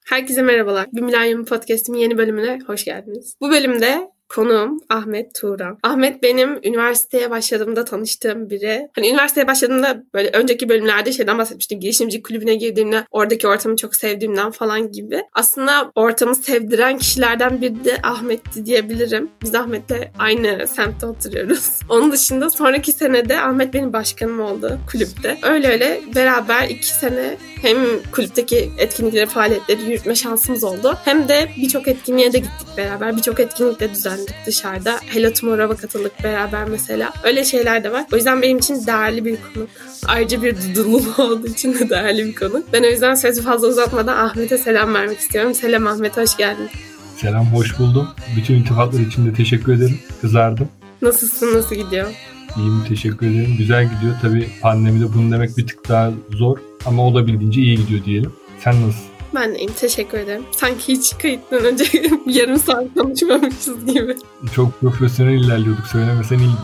Herkese merhabalar. Bir Milenyum Podcast'in yeni bölümüne hoş geldiniz. Bu bölümde konuğum Ahmet Turan. Ahmet benim üniversiteye başladığımda tanıştığım biri. Üniversiteye başladığımda böyle önceki bölümlerde şeyden bahsetmiştim. Girişimci kulübüne girdiğimden, oradaki ortamı çok sevdiğimden falan gibi. Aslında ortamı sevdiren kişilerden biri de Ahmet'ti diyebilirim. Biz Ahmet'le aynı semtte oturuyoruz. Onun dışında sonraki senede Ahmet benim başkanım oldu kulüpte. Öyle beraber 2 sene hem kulüpteki etkinlikleri, faaliyetleri yürütme şansımız oldu. Hem de birçok etkinliğe de gittik beraber. Birçok etkinlikte düzenledik dışarıda. Hello Tomorrow'a katıldık beraber mesela. Öyle şeyler de var. O yüzden benim için değerli bir konuk. Ayrıca bir Dudullu olduğu için de değerli bir konuk. Ben o yüzden sözü fazla uzatmadan Ahmet'e selam vermek istiyorum. Selam Ahmet, hoş geldin. Selam, hoş buldum. Bütün iltifatlar için de teşekkür ederim. Kızardım. Nasılsın, nasıl gidiyor? İyiyim, teşekkür ederim. Güzel gidiyor. Tabii pandemide bunu demek bir tık daha zor ama olabildiğince iyi gidiyor diyelim. Sen nasılsın? Ben de iyiyim, teşekkür ederim. Sanki hiç kayıttan önce yarım saat konuşmamışız gibi. Çok profesyonel ilerliyorduk, söylemesen iyiydi.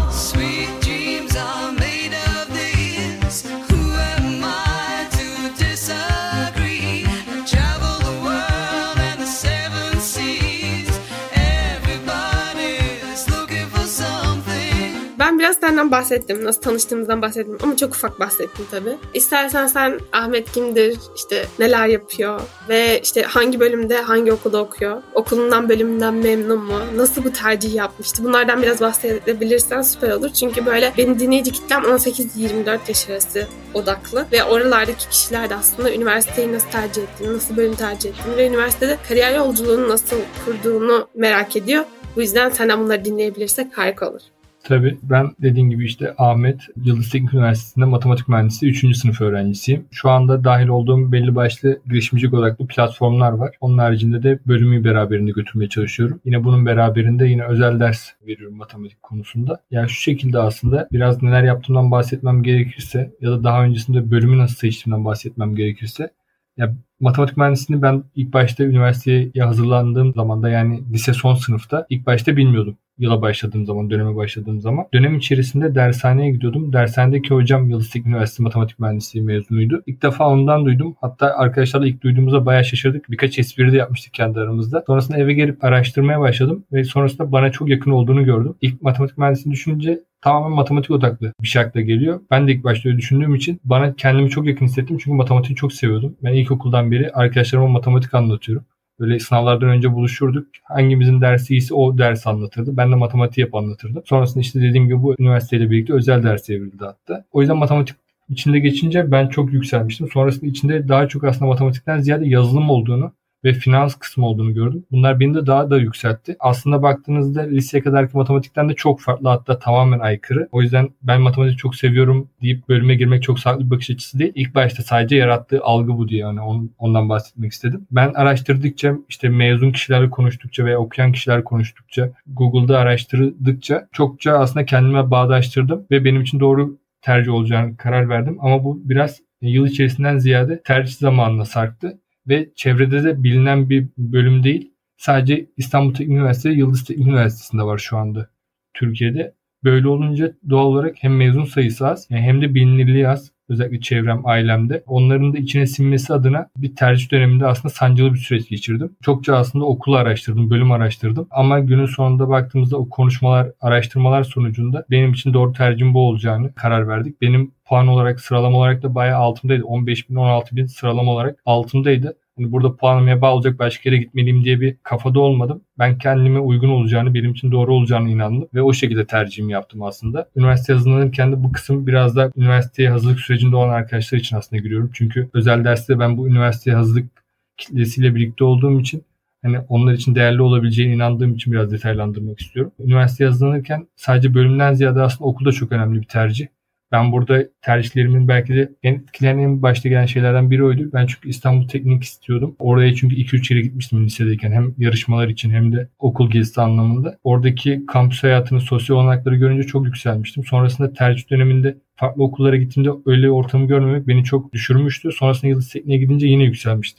Ben biraz senden bahsettim. Nasıl tanıştığımızdan bahsettim ama çok ufak bahsettim tabii. İstersen sen Ahmet kimdir, işte neler yapıyor ve işte hangi bölümde, hangi okulda okuyor, okulundan, bölümünden memnun mu, nasıl bu tercih yapmıştı? Bunlardan biraz bahsedebilirsen süper olur. Çünkü böyle benim dinleyici kitlem 18-24 yaş arası odaklı ve oralardaki kişiler de aslında üniversiteyi nasıl tercih ettiğini, nasıl bölüm tercih ettiğini ve üniversitede kariyer yolculuğunu nasıl kurduğunu merak ediyor. Bu yüzden senden bunları dinleyebilirsek harika olur. Tabii ben dediğim gibi işte Ahmet, Yıldız Teknik Üniversitesi'nde matematik mühendisi 3. sınıf öğrencisiyim. Şu anda dahil olduğum belli başlı girişimcilik odaklı platformlar var. Onun haricinde de bölümü beraberinde götürmeye çalışıyorum. Yine bunun beraberinde yine özel ders veriyorum matematik konusunda. Yani şu şekilde aslında biraz neler yaptığımdan bahsetmem gerekirse ya da daha öncesinde bölümü nasıl seçtiğimden bahsetmem gerekirse. Ya matematik mühendisliğini ben ilk başta üniversiteye hazırlandığım zamanda, yani lise son sınıfta ilk başta bilmiyordum. Yıla başladığım zaman, döneme başladığım zaman. Dönem içerisinde dershaneye gidiyordum. Dershanedeki hocam Yıldız Teknik Üniversitesi Matematik Mühendisliği mezunuydu. İlk defa ondan duydum. Hatta arkadaşlarla ilk duyduğumuzda bayağı şaşırdık. Birkaç espri de yapmıştık kendi aramızda. Sonrasında eve gelip araştırmaya başladım ve sonrasında bana çok yakın olduğunu gördüm. İlk matematik mühendisliğini düşününce tamamen matematik odaklı bir şartla geliyor. Ben de ilk başta öyle düşündüğüm için bana kendimi çok yakın hissettim. Çünkü matematiği çok seviyordum. Ben ilkokuldan beri arkadaşlarıma matematik anlatıyorum. Böyle sınavlardan önce buluşurduk. Hangimizin dersi iyiyse o dersi anlatırdı. Ben de matematiği hep anlatırdım. Sonrasında işte dediğim gibi bu üniversiteyle birlikte özel derse evrildi hatta. O yüzden matematik içinde geçince ben çok yükselmiştim. Sonrasında içinde daha çok aslında matematikten ziyade yazılım olduğunu ve finans kısmı olduğunu gördüm. Bunlar beni de daha da yükseltti. Aslında baktığınızda liseye kadarki matematikten de çok farklı, hatta tamamen aykırı. O yüzden ben matematik çok seviyorum deyip bölüme girmek çok sağlıklı bir bakış açısı değil. İlk başta sadece yarattığı algı bu diye, yani ondan bahsetmek istedim. Ben araştırdıkça, işte mezun kişilerle konuştukça veya okuyan kişilerle konuştukça, Google'da araştırdıkça çokça aslında kendime bağdaştırdım ve benim için doğru tercih olacağını karar verdim. Ama bu biraz yıl içerisinden ziyade tercih zamanına sarktı. Ve çevrede de bilinen bir bölüm değil. Sadece İstanbul Teknik Üniversitesi, Yıldız Teknik Üniversitesi'nde var şu anda Türkiye'de. Böyle olunca doğal olarak hem mezun sayısı az hem de bilinirliği az. Özellikle çevrem, ailemde. Onların da içine sinmesi adına bir tercih döneminde aslında sancılı bir süreç geçirdim. Çokça aslında okulu araştırdım, bölüm araştırdım. Ama günün sonunda baktığımızda o konuşmalar, araştırmalar sonucunda benim için doğru tercihim bu olacağını karar verdik. Benim puan olarak, sıralama olarak da bayağı altımdaydı. 15.000, 16.000 sıralama olarak altımdaydı. Hani burada puanlamaya bağlayacak, başka yere gitmeliyim diye bir kafada olmadım. Ben kendime uygun olacağını, benim için doğru olacağını inandım ve o şekilde tercihimi yaptım aslında. Üniversite hazırlanırken de bu kısım biraz da üniversiteye hazırlık sürecinde olan arkadaşlar için aslında giriyorum. Çünkü özel derste ben bu üniversiteye hazırlık kitlesiyle birlikte olduğum için, hani onlar için değerli olabileceğine inandığım için biraz detaylandırmak istiyorum. Üniversiteye hazırlanırken sadece bölümden ziyade aslında okul da çok önemli bir tercih. Ben burada tercihlerimin belki de en başta gelen şeylerden biri oydu. Ben çünkü İstanbul Teknik istiyordum. Oraya çünkü 2-3 yere gitmiştim lisedeyken. Hem yarışmalar için hem de okul gezisi anlamında. Oradaki kampüs hayatını, sosyal olanakları görünce çok yükselmiştim. Sonrasında tercih döneminde farklı okullara gittiğimde öyle ortamı görmemek beni çok düşürmüştü. Sonrasında Yıldız Teknik'e gidince yine yükselmiştim.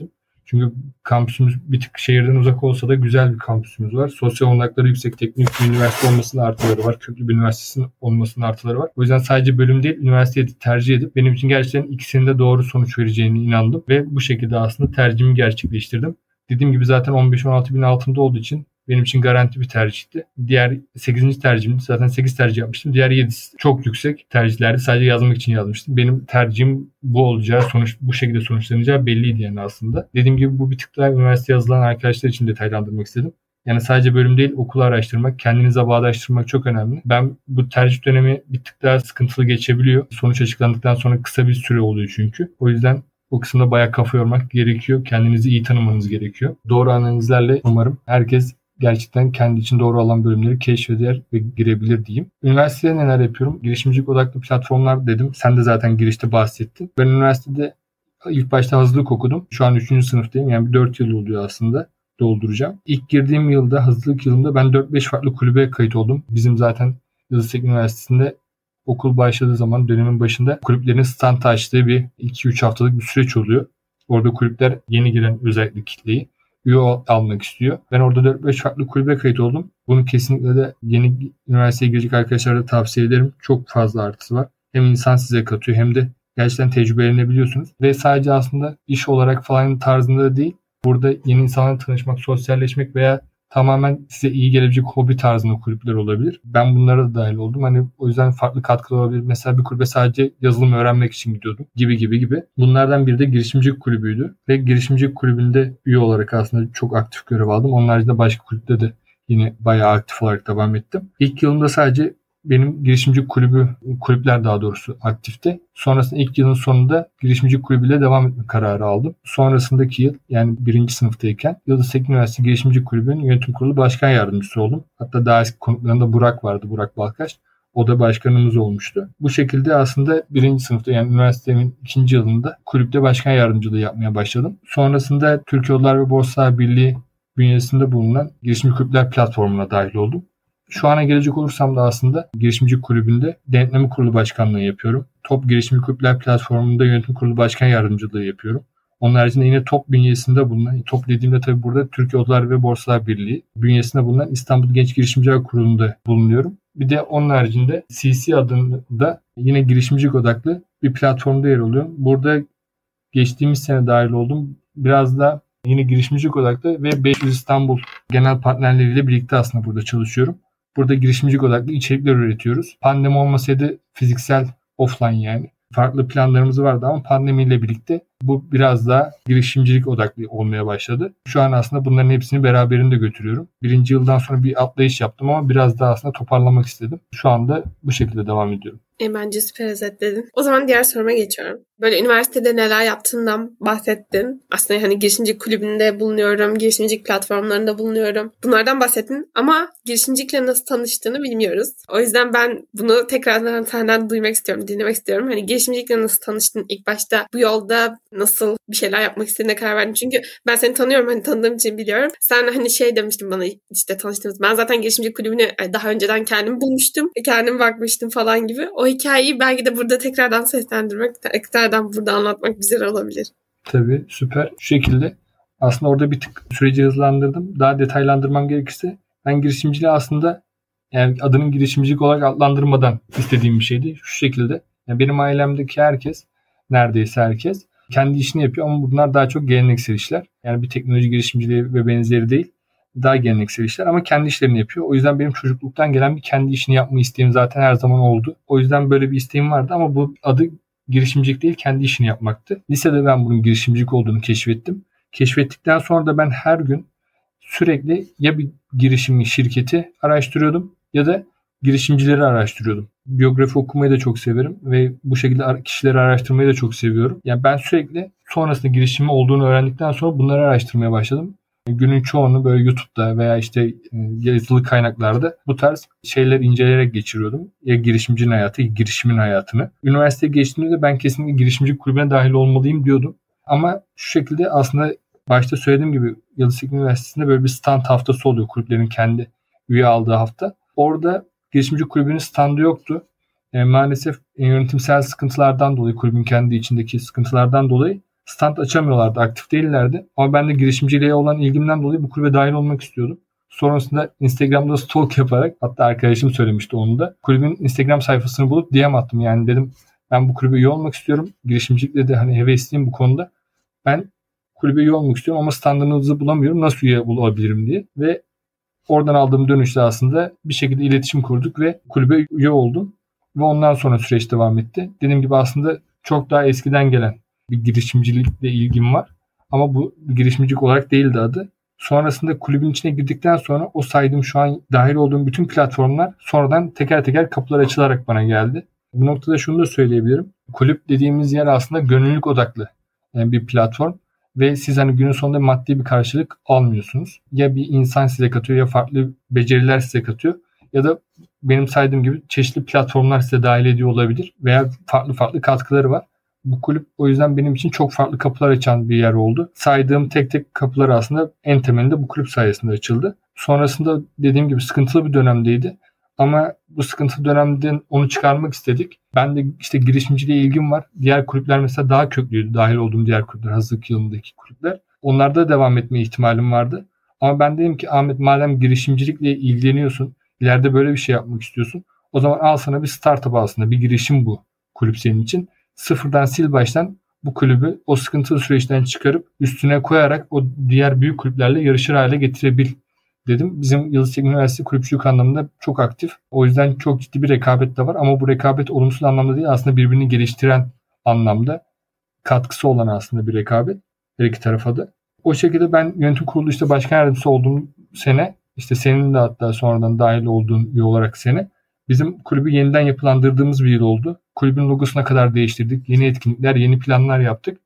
Çünkü kampüsümüz bir tık şehirden uzak olsa da güzel bir kampüsümüz var. Sosyal olanakları yüksek, teknik bir üniversite olmasının artıları var. Köklü bir üniversitesinin olmasının artıları var. O yüzden sadece bölüm değil, üniversiteyi tercih edip benim için gerçekten ikisinin de doğru sonuç vereceğine inandım. Ve bu şekilde aslında tercihimi gerçekleştirdim. Dediğim gibi zaten 15-16 bin altında olduğu için benim için garanti bir tercihti. Diğer 8. tercihimdi. Zaten 8 tercih yapmıştım. Diğer 7'si çok yüksek tercihlerdi. Sadece yazmak için yazmıştım. Benim tercihim bu olacağı, bu şekilde sonuçlanacağı belliydi yani aslında. Dediğim gibi bu bir tık daha üniversite yazılan arkadaşlar için detaylandırmak istedim. Yani sadece bölüm değil, okulu araştırmak, kendinize bağdaştırmak çok önemli. Ben bu tercih dönemi bir tık daha sıkıntılı geçebiliyor. Sonuç açıklandıktan sonra kısa bir süre oluyor çünkü. O yüzden o kısımda bayağı kafa yormak gerekiyor. Kendinizi iyi tanımanız gerekiyor. Doğru analizlerle umarım herkes gerçekten kendi için doğru olan bölümleri keşfeder ve girebilir diyeyim. Üniversitede neler yapıyorum? Girişimcilik odaklı platformlar dedim. Sen de zaten girişte bahsettin. Ben üniversitede ilk başta hazırlık okudum. Şu an 3. sınıftayım. Yani 4 yıl oluyor aslında. Dolduracağım. İlk girdiğim yılda, hazırlık yılında ben 4-5 farklı kulübe kayıt oldum. Bizim zaten Yıldız Teknik Üniversitesi'nde okul başladığı zaman dönemin başında kulüplerin stand açtığı bir 2-3 haftalık bir süreç oluyor. Orada kulüpler yeni giren özellikle kitleyi üye almak istiyor. Ben orada 4-5 farklı kulübe kayıt oldum. Bunu kesinlikle de yeni üniversiteye girecek arkadaşlara da tavsiye ederim. Çok fazla artısı var. Hem insan size katıyor hem de gerçekten tecrübelenebiliyorsunuz. Ve sadece aslında iş olarak falan tarzında da değil. Burada yeni insanlarla tanışmak, sosyalleşmek veya tamamen size iyi gelebilecek hobi tarzında kulüpler olabilir. Ben bunlara da dahil oldum. Hani o yüzden farklı katkılar olabilir. Mesela bir kulübe sadece yazılım öğrenmek için gidiyordum. Gibi. Bunlardan biri de girişimcilik kulübüydü. Ve girişimcilik kulübünde üye olarak aslında çok aktif görev aldım. Onun haricinde başka kulüpte de yine bayağı aktif olarak devam ettim. İlk yılımda sadece benim girişimci kulüpler daha doğrusu aktifti. Sonrasında ilk yılın sonunda girişimci kulübüyle devam etme kararı aldım. Sonrasındaki yıl yani 1. sınıftayken Yıldız Teknik Üniversitesi Girişimci Kulübü'nün yönetim kurulu başkan yardımcısı oldum. Hatta daha eski konuklarında Burak vardı, Burak Balkaş. O da başkanımız olmuştu. Bu şekilde aslında 1. sınıfta yani üniversitemin 2. yılında kulüpte başkan yardımcılığı yapmaya başladım. Sonrasında Türkiye Odalar ve Borsalar Birliği bünyesinde bulunan girişimci kulüpler platformuna dahil oldum. Şu ana gelecek olursam da aslında girişimci kulübünde denetleme kurulu başkanlığı yapıyorum. Top girişimci kulüpler platformunda yönetim kurulu başkan yardımcılığı yapıyorum. Onun haricinde yine top bünyesinde bulunan, top dediğimde tabii burada Türkiye Odalar ve Borsalar Birliği bünyesinde bulunan İstanbul Genç Girişimciler Kurulu'nda bulunuyorum. Bir de onun haricinde CC adında yine girişimcilik odaklı bir platformda yer alıyorum. Burada geçtiğimiz sene dahil oldum. Biraz da yine girişimcilik odaklı ve 500 İstanbul genel partnerleriyle birlikte aslında burada çalışıyorum. Burada girişimcilik odaklı içerikler üretiyoruz. Pandemi olmasaydı fiziksel offline yani farklı planlarımız vardı ama pandemiyle birlikte bu biraz daha girişimcilik odaklı olmaya başladı. Şu an aslında bunların hepsini beraberinde götürüyorum. 1. yıldan sonra bir atlayış yaptım ama biraz daha aslında toparlamak istedim. Şu anda bu şekilde devam ediyorum. Bence süper özetledin. O zaman diğer soruma geçiyorum. Böyle üniversitede neler yaptığından bahsettin. Aslında hani girişimcilik kulübünde bulunuyorum, girişimcilik platformlarında bulunuyorum. Bunlardan bahsettin ama girişimcilikle nasıl tanıştığını bilmiyoruz. O yüzden ben bunu tekrardan senden duymak istiyorum, dinlemek istiyorum. Hani girişimcilikle nasıl tanıştın? İlk başta bu yolda nasıl bir şeyler yapmak istediğine karar verdin? Çünkü ben seni tanıyorum, hani tanıdığım için biliyorum. Sen hani şey demiştin bana işte tanıştığımız. Ben zaten girişimcilik kulübünü daha önceden kendim bulmuştum. Kendim bakmıştım falan gibi. O hikayeyi belki de burada tekrardan seslendirmek, tekrardan burada anlatmak güzel olabilir. Tabii süper. Şu şekilde aslında orada bir tık süreci hızlandırdım. Daha detaylandırmam gerekirse ben girişimciliği aslında yani adının girişimcilik olarak adlandırmadan istediğim bir şeydi. Şu şekilde yani benim ailemdeki herkes neredeyse herkes kendi işini yapıyor ama bunlar daha çok geleneksel işler. Yani bir teknoloji girişimciliği ve benzeri değil. Daha geleneksel işler ama kendi işlerini yapıyor. O yüzden benim çocukluktan gelen bir kendi işini yapma isteğim zaten her zaman oldu. O yüzden böyle bir isteğim vardı ama bu adı girişimcilik değil kendi işini yapmaktı. Lisede ben bunun girişimcilik olduğunu keşfettim. Keşfettikten sonra da ben her gün sürekli ya bir girişimci şirketi araştırıyordum ya da girişimcileri araştırıyordum. Biyografi okumayı da çok severim ve bu şekilde kişileri araştırmayı da çok seviyorum. Yani ben sürekli sonrasında girişimi olduğunu öğrendikten sonra bunları araştırmaya başladım. Günün çoğunu böyle YouTube'da veya işte yazılı kaynaklarda bu tarz şeyler inceleyerek geçiriyordum. Ya girişimcinin hayatı, ya girişimin hayatını. Üniversiteye geçtiğimde de ben kesinlikle girişimci kulübüne dahil olmalıyım diyordum. Ama şu şekilde aslında başta söylediğim gibi Yıldız Teknik Üniversitesi'nde böyle bir stand haftası oluyor. Kulüplerin kendi üye aldığı hafta. Orada girişimci kulübünün standı yoktu. Maalesef yönetimsel sıkıntılardan dolayı, kulübün kendi içindeki sıkıntılardan dolayı stand açamıyorlardı, aktif değillerdi. Ama ben de girişimciliğe olan ilgimden dolayı bu kulübe dahil olmak istiyordum. Sonrasında Instagram'da stalk yaparak, hatta arkadaşım söylemişti onu da, kulübün Instagram sayfasını bulup DM attım. Yani dedim ben bu kulübe üye olmak istiyorum. Girişimcilikle de hani hevesliyim bu konuda. Ben kulübe üye olmak istiyorum ama standınızı bulamıyorum. Nasıl üye olabilirim diye. Ve oradan aldığım dönüşle aslında bir şekilde iletişim kurduk ve kulübe üye oldum. Ve ondan sonra süreç devam etti. Dediğim gibi aslında çok daha eskiden gelen bir girişimcilikle ilgim var. Ama bu girişimcilik olarak değildi adı. Sonrasında kulübün içine girdikten sonra o saydığım şu an dahil olduğum bütün platformlar sonradan teker teker kapılar açılarak bana geldi. Bu noktada şunu da söyleyebilirim. Kulüp dediğimiz yer aslında gönüllülük odaklı bir platform. Ve siz hani günün sonunda maddi bir karşılık almıyorsunuz. Ya bir insan size katıyor ya farklı beceriler size katıyor. Ya da benim saydığım gibi çeşitli platformlar size dahil ediyor olabilir. Veya farklı katkıları var. Bu kulüp o yüzden benim için çok farklı kapılar açan bir yer oldu. Saydığım tek tek kapılar aslında en temelinde bu kulüp sayesinde açıldı. Sonrasında dediğim gibi sıkıntılı bir dönemdeydi. Ama bu sıkıntılı dönemden onu çıkarmak istedik. Ben de işte girişimciliğe ilgim var. Diğer kulüpler mesela daha köklüydü. Dahil olduğum diğer kulüpler, hazırlık yılındaki kulüpler. Onlarda devam etme ihtimalim vardı. Ama ben dedim ki Ahmet, madem girişimcilikle ilgileniyorsun, ileride böyle bir şey yapmak istiyorsun, o zaman al sana bir startup aslında. Bir girişim bu kulüp senin için. Sıfırdan sil baştan bu kulübü o sıkıntılı süreçten çıkarıp üstüne koyarak o diğer büyük kulüplerle yarışır hale getirebil dedim. Bizim Yıldız Teknik Üniversitesi kulüpçülük anlamında çok aktif. O yüzden çok ciddi bir rekabet de var ama bu rekabet olumsuz anlamda değil, aslında birbirini geliştiren anlamda katkısı olan aslında bir rekabet her iki tarafa da. O şekilde ben yönetim kurulu işte başkan yardımcısı olduğum sene, işte senin de hatta sonradan dahil olduğun üye olarak sene, bizim kulübü yeniden yapılandırdığımız bir yıl oldu. Kulübün logosuna kadar değiştirdik. Yeni etkinlikler, yeni planlar yaptık.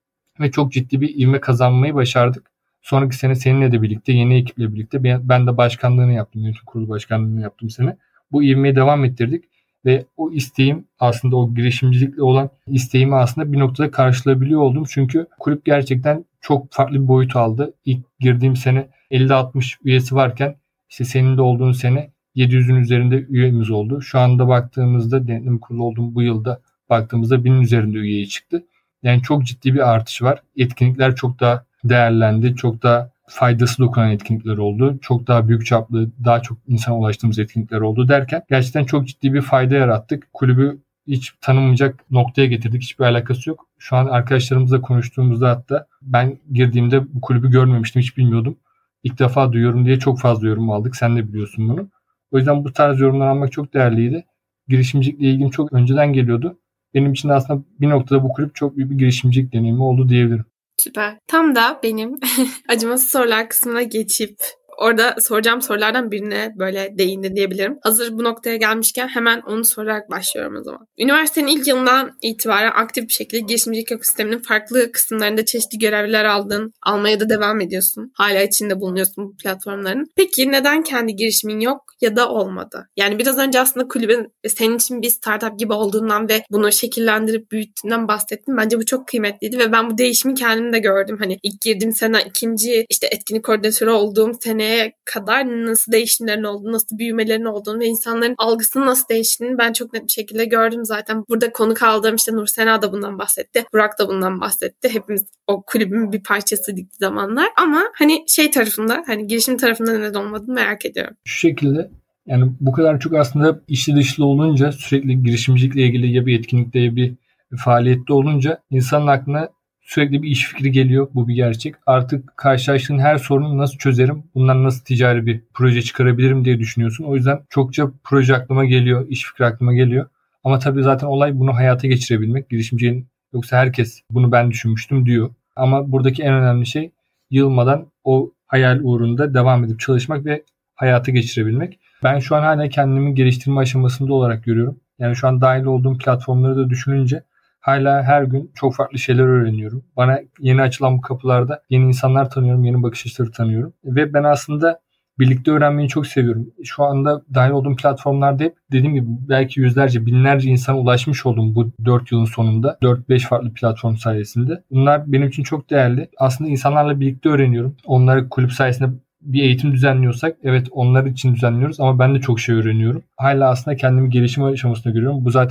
Ve çok ciddi bir ivme kazanmayı başardık. Sonraki sene seninle de birlikte, yeni ekiple birlikte ben de başkanlığını yaptım. Yönetim kurulu başkanlığını yaptım sene. Bu ivmeyi devam ettirdik. Ve o isteğim, aslında o girişimcilikle olan isteğimi aslında bir noktada karşılayabiliyor oldum. Çünkü kulüp gerçekten çok farklı bir boyut aldı. İlk girdiğim sene 50-60 üyesi varken işte senin de olduğun sene 700'ün üzerinde üyemiz oldu. Şu anda baktığımızda, denetim kurulu olduğum bu yılda baktığımızda 1000'in üzerinde üyeye çıktı. Yani çok ciddi bir artış var. Etkinlikler çok daha değerlendi. Çok daha faydası dokunan etkinlikler oldu. Çok daha büyük çaplı, daha çok insana ulaştığımız etkinlikler oldu derken gerçekten çok ciddi bir fayda yarattık. Kulübü hiç tanınmayacak noktaya getirdik. Hiçbir alakası yok. Şu an arkadaşlarımızla konuştuğumuzda hatta ben girdiğimde bu kulübü görmemiştim, hiç bilmiyordum. İlk defa duyuyorum diye çok fazla yorum aldık. Sen de biliyorsun bunu. O yüzden bu tarz yorumlar almak çok değerliydi. Girişimcilikle ilgim çok önceden geliyordu. Benim için de aslında bir noktada bu kulüp çok büyük bir girişimcilik deneyimi oldu diyebilirim. Süper. Tam da benim acımasız sorular kısmına geçip orada soracağım sorulardan birine böyle değindi diyebilirim. Hazır bu noktaya gelmişken hemen onu sorarak başlıyorum o zaman. Üniversitenin ilk yılından itibaren aktif bir şekilde girişimcilik ekosisteminin farklı kısımlarında çeşitli görevler aldın. Almaya da devam ediyorsun. Hala içinde bulunuyorsun bu platformların. Peki neden kendi girişimin yok ya da olmadı? Yani biraz önce aslında kulübün senin için bir startup gibi olduğundan ve bunu şekillendirip büyüttüğünden bahsettim. Bence bu çok kıymetliydi ve ben bu değişimi kendimde gördüm. Hani ilk girdiğim sene, ikinci işte etkinlik koordinatörü olduğum seneye kadar nasıl değişimlerin olduğunu, nasıl büyümelerin olduğunu ve insanların algısının nasıl değiştiğini ben çok net bir şekilde gördüm zaten. Burada konuk aldığım işte Nur Sena da bundan bahsetti. Burak da bundan bahsetti. Hepimiz o kulübün bir parçasıydık zamanlar. Ama hani şey tarafında, hani girişim tarafında neden olmadığını merak ediyorum. Şu şekilde, yani bu kadar çok aslında içli dışlı olunca, sürekli girişimcilikle ilgili ya bir etkinlikte ya bir faaliyette olunca insanın aklına sürekli bir iş fikri geliyor. Bu bir gerçek. Artık karşılaştığın her sorunu nasıl çözerim, bundan nasıl ticari bir proje çıkarabilirim diye düşünüyorsun. O yüzden çokça proje aklıma geliyor, iş fikri aklıma geliyor. Ama tabii zaten olay bunu hayata geçirebilmek. Girişimcinin, yoksa herkes bunu ben düşünmüştüm diyor. Ama buradaki en önemli şey yılmadan o hayal uğrunda devam edip çalışmak ve hayata geçirebilmek. Ben şu an hala kendimi geliştirme aşamasında olarak görüyorum. Yani şu an dahil olduğum platformları da düşününce hala her gün çok farklı şeyler öğreniyorum. Bana yeni açılan bu kapılarda yeni insanlar tanıyorum, yeni bakış açıları tanıyorum. Ve ben aslında birlikte öğrenmeyi çok seviyorum. Şu anda dahil olduğum platformlarda hep dediğim gibi belki yüzlerce, binlerce insana ulaşmış oldum bu 4 yılın sonunda. 4-5 farklı platform sayesinde. Bunlar benim için çok değerli. Aslında insanlarla birlikte öğreniyorum. Onları kulüp sayesinde bir eğitim düzenliyorsak evet onlar için düzenliyoruz ama ben de çok şey öğreniyorum. Hala aslında kendimi gelişim aşamasında görüyorum. Bu zaten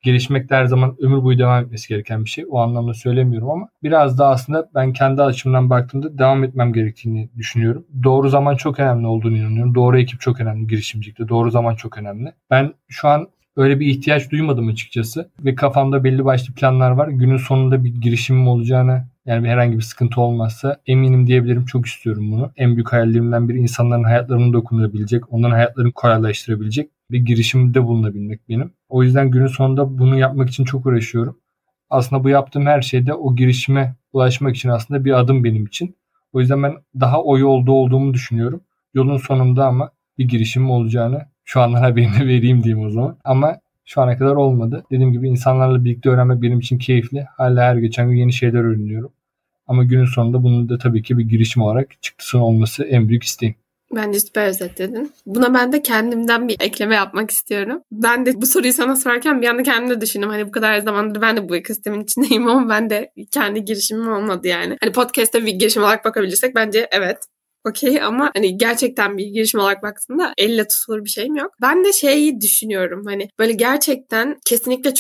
gelişmek de her zaman ömür boyu devam etmesi gereken bir şey. O anlamda söylemiyorum ama biraz daha aslında ben kendi açımdan baktığımda devam etmem gerektiğini düşünüyorum. Doğru zaman çok önemli olduğunu inanıyorum. Doğru ekip çok önemli girişimcilikte. Doğru zaman çok önemli. Ben şu an öyle bir ihtiyaç duymadım açıkçası ve kafamda belli başlı planlar var. Günün sonunda bir girişimim olacağına, yani herhangi bir sıkıntı olmazsa eminim diyebilirim, çok istiyorum bunu. En büyük hayallerimden biri insanların hayatlarını dokunabilecek, onların hayatlarını kolaylaştırabilecek bir girişimde bulunabilmek benim. O yüzden günün sonunda bunu yapmak için çok uğraşıyorum. Aslında bu yaptığım her şeyde o girişime ulaşmak için aslında bir adım benim için. O yüzden ben daha o yolda olduğumu düşünüyorum. Yolun sonunda ama bir girişimim olacağını şu andan haberini vereyim diyeyim o zaman. Ama şu ana kadar olmadı. Dediğim gibi insanlarla birlikte öğrenmek benim için keyifli. Hala her geçen gün yeni şeyler öğreniyorum. Ama günün sonunda bunun da tabii ki bir girişim olarak çıktısının olması en büyük isteğim. Bence süper özetledin. Buna ben de kendimden bir ekleme yapmak istiyorum. Ben de bu soruyu sana sorarken bir anda kendimde düşündüm. Hani bu kadar zamandır ben de bu ekosistemin içindeyim ama ben de kendi girişimim olmadı yani. Hani podcast'ta bir girişim olarak bakabilirsek bence evet. Okey ama hani gerçekten bir girişim olarak baktığımda elle tutulur bir şeyim yok. Ben de şeyi düşünüyorum, hani böyle gerçekten kesinlikle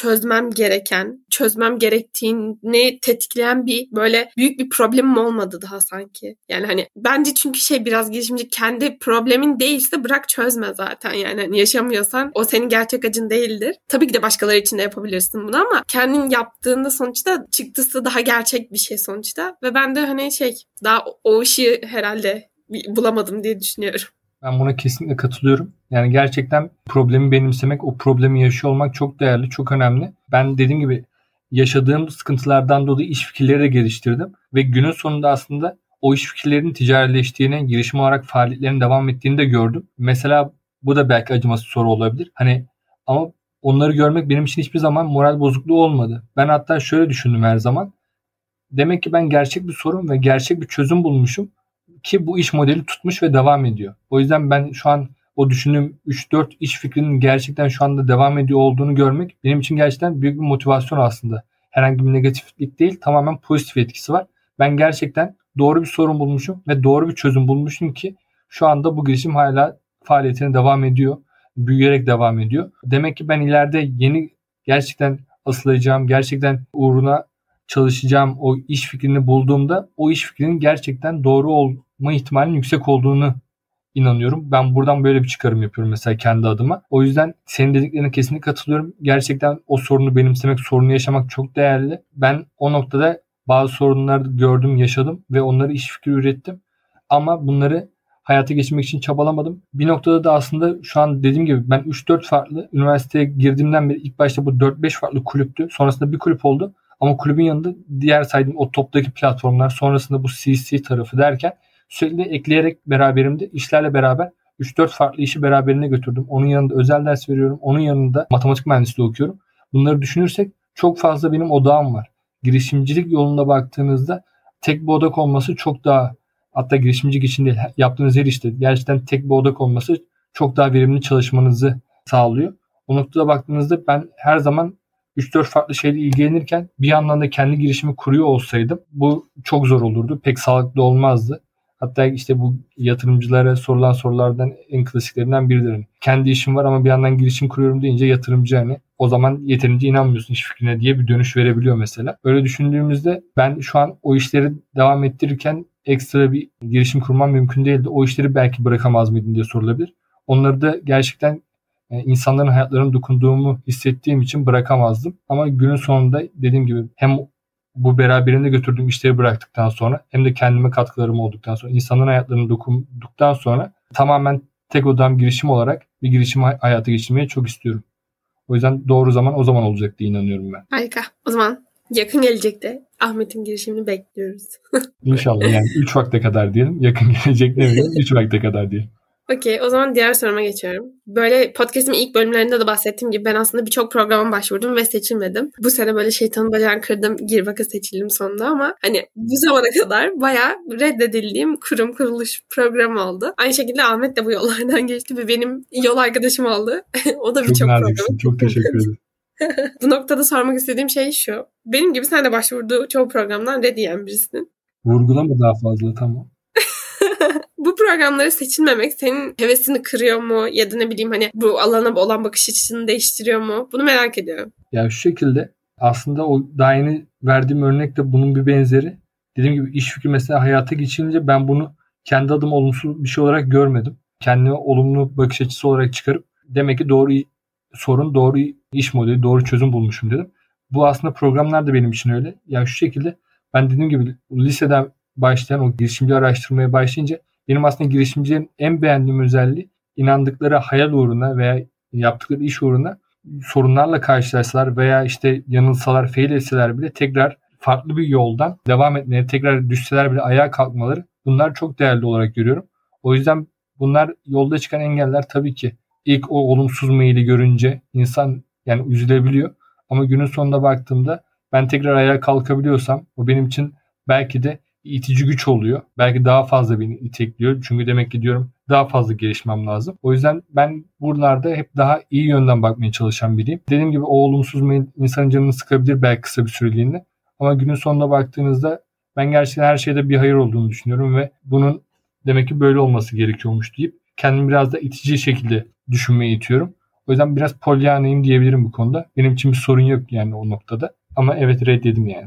çözmem gerektiğini tetikleyen bir böyle büyük bir problemim olmadı daha sanki. Yani hani bence çünkü biraz girişimci kendi problemin değilse bırak çözme zaten, yani hani yaşamıyorsan o senin gerçek acın değildir. Tabii ki de başkaları için de yapabilirsin bunu ama kendin yaptığında sonuçta çıktısı daha gerçek bir şey sonuçta ve ben de hani daha o işi herhalde bulamadım diye düşünüyorum. Ben buna kesinlikle katılıyorum. Yani gerçekten problemi benimsemek, o problemi yaşıyor olmak çok değerli, çok önemli. Ben dediğim gibi yaşadığım sıkıntılardan dolayı iş fikirleri de geliştirdim. Ve günün sonunda aslında o iş fikirlerinin ticaretleştiğini, girişim olarak faaliyetlerin devam ettiğini de gördüm. Mesela bu da belki acımasız soru olabilir. Ama onları görmek benim için hiçbir zaman moral bozukluğu olmadı. Ben hatta şöyle düşündüm her zaman. Demek ki ben gerçek bir sorun ve gerçek bir çözüm bulmuşum ki bu iş modeli tutmuş ve devam ediyor. O yüzden ben şu an o düşündüğüm 3-4 iş fikrinin gerçekten şu anda devam ediyor olduğunu görmek benim için gerçekten büyük bir motivasyon aslında. Herhangi bir negatiflik değil, tamamen pozitif etkisi var. Ben gerçekten doğru bir sorun bulmuşum ve doğru bir çözüm bulmuşum ki şu anda bu girişim hala faaliyetine devam ediyor. Büyüyerek devam ediyor. Demek ki ben ileride yeni gerçekten asılacağım, gerçekten uğruna çalışacağım o iş fikrini bulduğumda o iş fikrinin gerçekten doğru olma ihtimalinin yüksek olduğunu inanıyorum. Ben buradan böyle bir çıkarım yapıyorum mesela kendi adıma. O yüzden senin dediklerine kesinlikle katılıyorum. Gerçekten o sorunu benimsemek, sorunu yaşamak çok değerli. Ben o noktada bazı sorunları gördüm, yaşadım ve onları iş fikri ürettim. Ama bunları hayata geçirmek için çabalamadım. Bir noktada da aslında şu an dediğim gibi ben 3-4 farklı üniversiteye girdiğimden beri ilk başta bu 4-5 farklı kulüptü. Sonrasında bir kulüp oldu. Ama kulübün yanında diğer saydığım o toptaki platformlar, sonrasında bu CC tarafı derken sürekli ekleyerek beraberimde işlerle beraber 3-4 farklı işi beraberine götürdüm. Onun yanında özel ders veriyorum. Onun yanında matematik mühendisliği okuyorum. Bunları düşünürsek çok fazla benim odağım var. Girişimcilik yolunda baktığınızda tek bir odak olması çok daha, hatta girişimcilik için değil, yaptığınız her işte gerçekten tek bir odak olması çok daha verimli çalışmanızı sağlıyor. O noktada baktığınızda ben her zaman 3-4 farklı şeyle ilgilenirken bir yandan da kendi girişimi kuruyor olsaydım bu çok zor olurdu. Pek sağlıklı olmazdı. Hatta işte bu yatırımcılara sorulan sorulardan en klasiklerinden biridir. Kendi işim var ama bir yandan girişim kuruyorum deyince yatırımcı o zaman yeterince inanmıyorsun iş fikrine diye bir dönüş verebiliyor mesela. Öyle düşündüğümüzde ben şu an o işleri devam ettirirken ekstra bir girişim kurmam mümkün değildi. O işleri belki bırakamaz mıydım diye sorulabilir. Onları da gerçekten insanların hayatlarına dokunduğumu hissettiğim için bırakamazdım. Ama günün sonunda dediğim gibi hem bu beraberinde götürdüğüm işleri bıraktıktan sonra hem de kendime katkılarım olduktan sonra, insanların hayatlarına dokunduktan sonra tamamen tek odam girişim olarak bir girişim hayata geçirmeyi çok istiyorum. O yüzden doğru zaman o zaman olacak diye inanıyorum ben. Harika. O zaman yakın gelecekte Ahmet'in girişimini bekliyoruz. İnşallah yani 3 vakte kadar diyelim. Yakın gelecek demeyelim, 3 vakte kadar diyelim. Okey, o zaman diğer soruma geçiyorum. Böyle podcast'imin ilk bölümlerinde de bahsettiğim gibi ben aslında birçok programa başvurdum ve seçilmedim. Bu sene böyle şeytanın bacağını kırdım, gir baka seçildim sonunda ama hani bu zamana kadar bayağı reddedildiğim kurum kuruluş programı oldu. Aynı şekilde Ahmet de bu yollardan geçti ve benim yol arkadaşım oldu. O da birçok programı. Çok teşekkür ederim. Bu noktada sormak istediğim şey şu. Benim gibi sen de başvurduğu çoğu programdan red yiyen birisin. Vurgulama daha fazla, tamam. Bu programları seçilmemek senin hevesini kırıyor mu? Ya da ne bileyim hani bu alana olan bakış açısını değiştiriyor mu? Bunu merak ediyorum. Ya şu şekilde aslında o daha yeni verdiğim örnek de bunun bir benzeri. Dediğim gibi iş fikri mesela hayata geçirince ben bunu kendi adıma olumsuz bir şey olarak görmedim. Kendime olumlu bakış açısı olarak çıkarıp demek ki doğru sorun, doğru iş modeli, doğru çözüm bulmuşum dedim. Bu aslında programlar da benim için öyle. Yani şu şekilde ben dediğim gibi liseden başlayan o girişimci araştırmaya başlayınca benim aslında girişimcilerin en beğendiğim özelliği inandıkları hayal uğruna veya yaptıkları iş uğruna sorunlarla karşılaşsalar veya işte yanılsalar, fail etseler bile tekrar farklı bir yoldan devam etmeye, tekrar düşseler bile ayağa kalkmaları, bunlar çok değerli olarak görüyorum. O yüzden bunlar yolda çıkan engeller. Tabii ki ilk o olumsuz maili görünce insan yani üzülebiliyor. Ama günün sonunda baktığımda ben tekrar ayağa kalkabiliyorsam o benim için belki de itici güç oluyor. Belki daha fazla beni itekliyor. Çünkü demek ki diyorum daha fazla gelişmem lazım. O yüzden ben buralarda hep daha iyi yönden bakmaya çalışan biriyim. Dediğim gibi o olumsuz mail insanın canını sıkabilir belki kısa bir süreliğine. Ama günün sonunda baktığınızda ben gerçekten her şeyde bir hayır olduğunu düşünüyorum ve bunun demek ki böyle olması gerekiyormuş deyip kendimi biraz da itici şekilde düşünmeye itiyorum. O yüzden biraz polyanayım diyebilirim bu konuda. Benim için bir sorun yok yani o noktada. Ama evet, reddedim yani.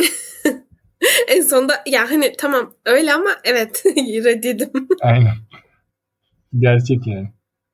En sonunda ya hani tamam öyle ama evet reddedim. Aynen. Gerçek yani.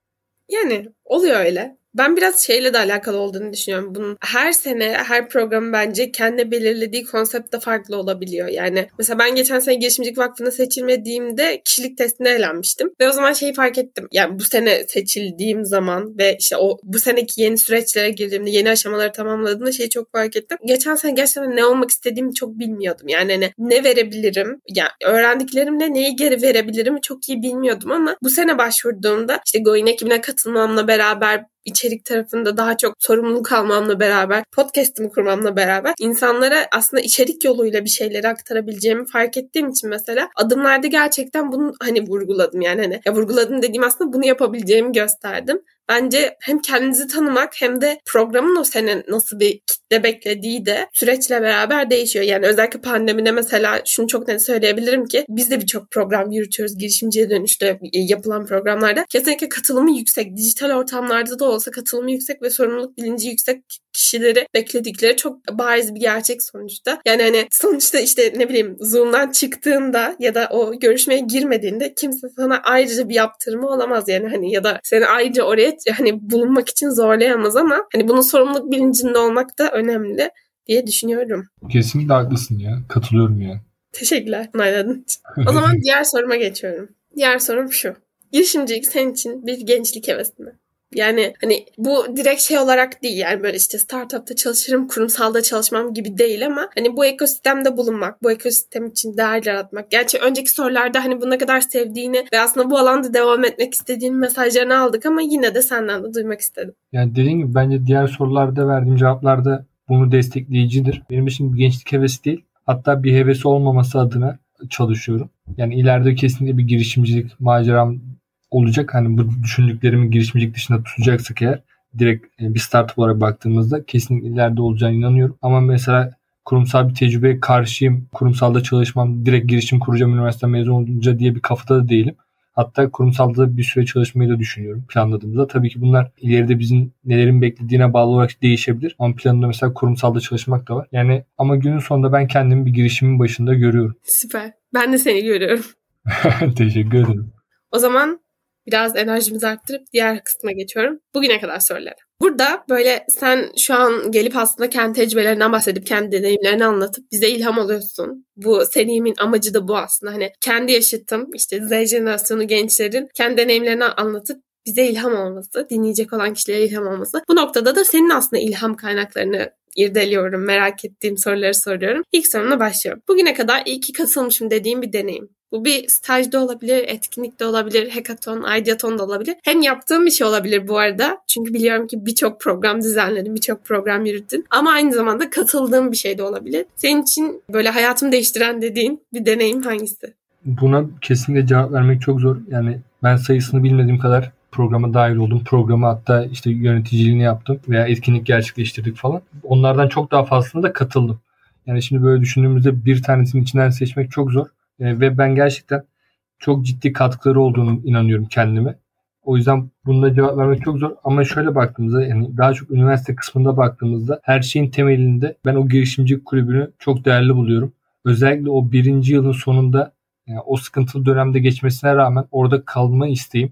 Yani oluyor öyle. Ben biraz şeyle de alakalı olduğunu düşünüyorum. Bunun her sene her programın bence kendi belirlediği konsept de farklı olabiliyor. Yani mesela ben geçen sene Girişimcilik Vakfı'na seçilmediğimde kişilik testine elenmiştim. Ve o zaman şeyi fark ettim. Yani bu sene seçildiğim zaman ve işte o bu seneki yeni süreçlere girdiğimde, yeni aşamaları tamamladığımda şeyi çok fark ettim. Geçen sene gerçekten ne olmak istediğimi çok bilmiyordum. Yani hani ne verebilirim? Yani öğrendiklerimle neyi geri verebilirim çok iyi bilmiyordum ama bu sene başvurduğumda işte Goin ekibine katılmamla beraber içerik tarafında daha çok sorumluluk almamla beraber, podcast'ımı kurmamla beraber insanlara aslında içerik yoluyla bir şeyleri aktarabileceğimi fark ettiğim için mesela adımlarda gerçekten bunu hani vurguladım. Yani hani ya vurguladım dediğim aslında bunu yapabileceğimi gösterdim. Bence hem kendinizi tanımak hem de programın o sene nasıl bir kitle beklediği de süreçle beraber değişiyor. Yani özellikle pandemide mesela şunu çok net söyleyebilirim ki biz de birçok program yürütüyoruz. Girişimciye dönüşte yapılan programlarda. Kesinlikle katılımı yüksek. Dijital ortamlarda da olsa katılımı yüksek ve sorumluluk bilinci yüksek kişileri bekledikleri çok bariz bir gerçek sonuçta. Yani hani sonuçta işte ne bileyim Zoom'dan çıktığında ya da o görüşmeye girmediğinde kimse sana ayrıca bir yaptırımı olamaz yani hani ya da seni ayrıca oraya hani bulunmak için zorlayamaz ama hani bunun sorumluluk bilincinde olmak da önemli diye düşünüyorum. Kesinlikle haklısın ya. Katılıyorum ya. Teşekkürler onayladığın için. O zaman diğer soruma geçiyorum. Diğer sorum şu. Girişimcilik senin için bir gençlik hevesi mi? Yani hani bu direkt şey olarak değil yani böyle işte startupta çalışırım, kurumsalda çalışmam gibi değil ama hani bu ekosistemde bulunmak, bu ekosistem için değer yaratmak. Gerçi önceki sorularda hani bu ne kadar sevdiğini ve aslında bu alanda devam etmek istediğin mesajlarını aldık ama yine de senden de duymak istedim. Yani dediğim gibi bence diğer sorularda verdiğim cevaplarda bunu destekleyicidir. Benim için bir gençlik hevesi değil. Hatta bir hevesi olmaması adına çalışıyorum. Yani ileride kesinlikle bir girişimcilik maceram olacak. Hani bu düşündüklerimi girişimcilik dışında tutacaksak eğer direkt bir startup olarak baktığımızda kesinlikle ileride olacağına inanıyorum. Ama mesela kurumsal bir tecrübeye karşıyım. Kurumsalda çalışmam, direkt girişim kuracağım üniversite mezun olunca diye bir kafada da değilim. Hatta kurumsalda bir süre çalışmayı da düşünüyorum planladığımızda. Tabii ki bunlar ileride bizim nelerin beklediğine bağlı olarak değişebilir. Ama planımda mesela kurumsalda çalışmak da var. Yani ama günün sonunda ben kendimi bir girişimin başında görüyorum. Süper. Ben de seni görüyorum. Teşekkür ederim. O zaman biraz enerjimizi arttırıp diğer kısma geçiyorum. Bugüne kadar soruları. Burada böyle sen şu an gelip aslında kendi tecrübelerinden bahsedip kendi deneyimlerini anlatıp bize ilham oluyorsun. Bu serimin amacı da bu aslında. Hani kendi yaşıtım işte Z jenerasyonu gençlerin kendi deneyimlerini anlatıp bize ilham olması, dinleyecek olan kişilere ilham olması. Bu noktada da senin aslında ilham kaynaklarını irdeliyorum, merak ettiğim soruları soruyorum. İlk sorumla başlıyorum. Bugüne kadar iyi ki katılmışım dediğim bir deneyim. Bu bir stajda olabilir, etkinlikte olabilir, hackathon, ideathon da olabilir. Hem yaptığım bir şey olabilir bu arada. Çünkü biliyorum ki birçok program düzenledin, birçok program yürüttün. Ama aynı zamanda katıldığım bir şey de olabilir. Senin için böyle hayatımı değiştiren dediğin bir deneyim hangisi? Buna kesinlikle cevap vermek çok zor. Yani ben sayısını bilmediğim kadar programa dahil oldum. Programı hatta işte yöneticiliğini yaptım veya etkinlik gerçekleştirdik falan. Onlardan çok daha fazlasına da katıldım. Yani şimdi böyle düşündüğümüzde bir tanesinin içinden seçmek çok zor. Ve ben gerçekten çok ciddi katkıları olduğunu inanıyorum kendime. O yüzden bunda cevap vermek çok zor. Ama şöyle baktığımızda, yani daha çok üniversite kısmında baktığımızda her şeyin temelinde ben o girişimcilik kulübünü çok değerli buluyorum. Özellikle o birinci yılın sonunda, yani o sıkıntılı dönemde geçmesine rağmen orada kalma isteğim,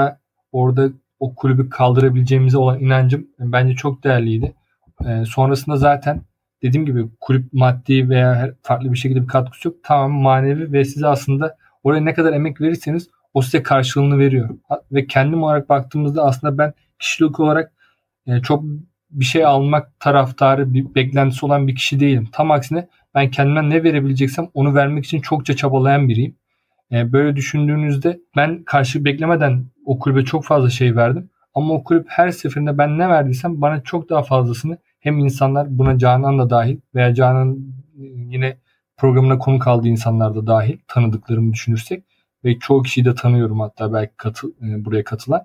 orada o kulübü kaldırabileceğimize olan inancım bence çok değerliydi. Sonrasında zaten dediğim gibi kulüp maddi veya farklı bir şekilde bir katkısı yok. Tamamen manevi ve size aslında oraya ne kadar emek verirseniz o size karşılığını veriyor. Ve kendim olarak baktığımızda aslında ben kişilik olarak çok bir şey almak taraftarı, bir beklentisi olan bir kişi değilim. Tam aksine ben kendimden ne verebileceksem onu vermek için çokça çabalayan biriyim. Böyle düşündüğünüzde ben karşılık beklemeden o kulübe çok fazla şey verdim. Ama o kulüp her seferinde ben ne verdiysem bana çok daha fazlasını, hem insanlar, buna Canan da dahil veya Canan'ın yine programına konuk aldığı insanlar da dahil, tanıdıklarımı düşünürsek ve çoğu kişiyi de tanıyorum hatta belki buraya katılan.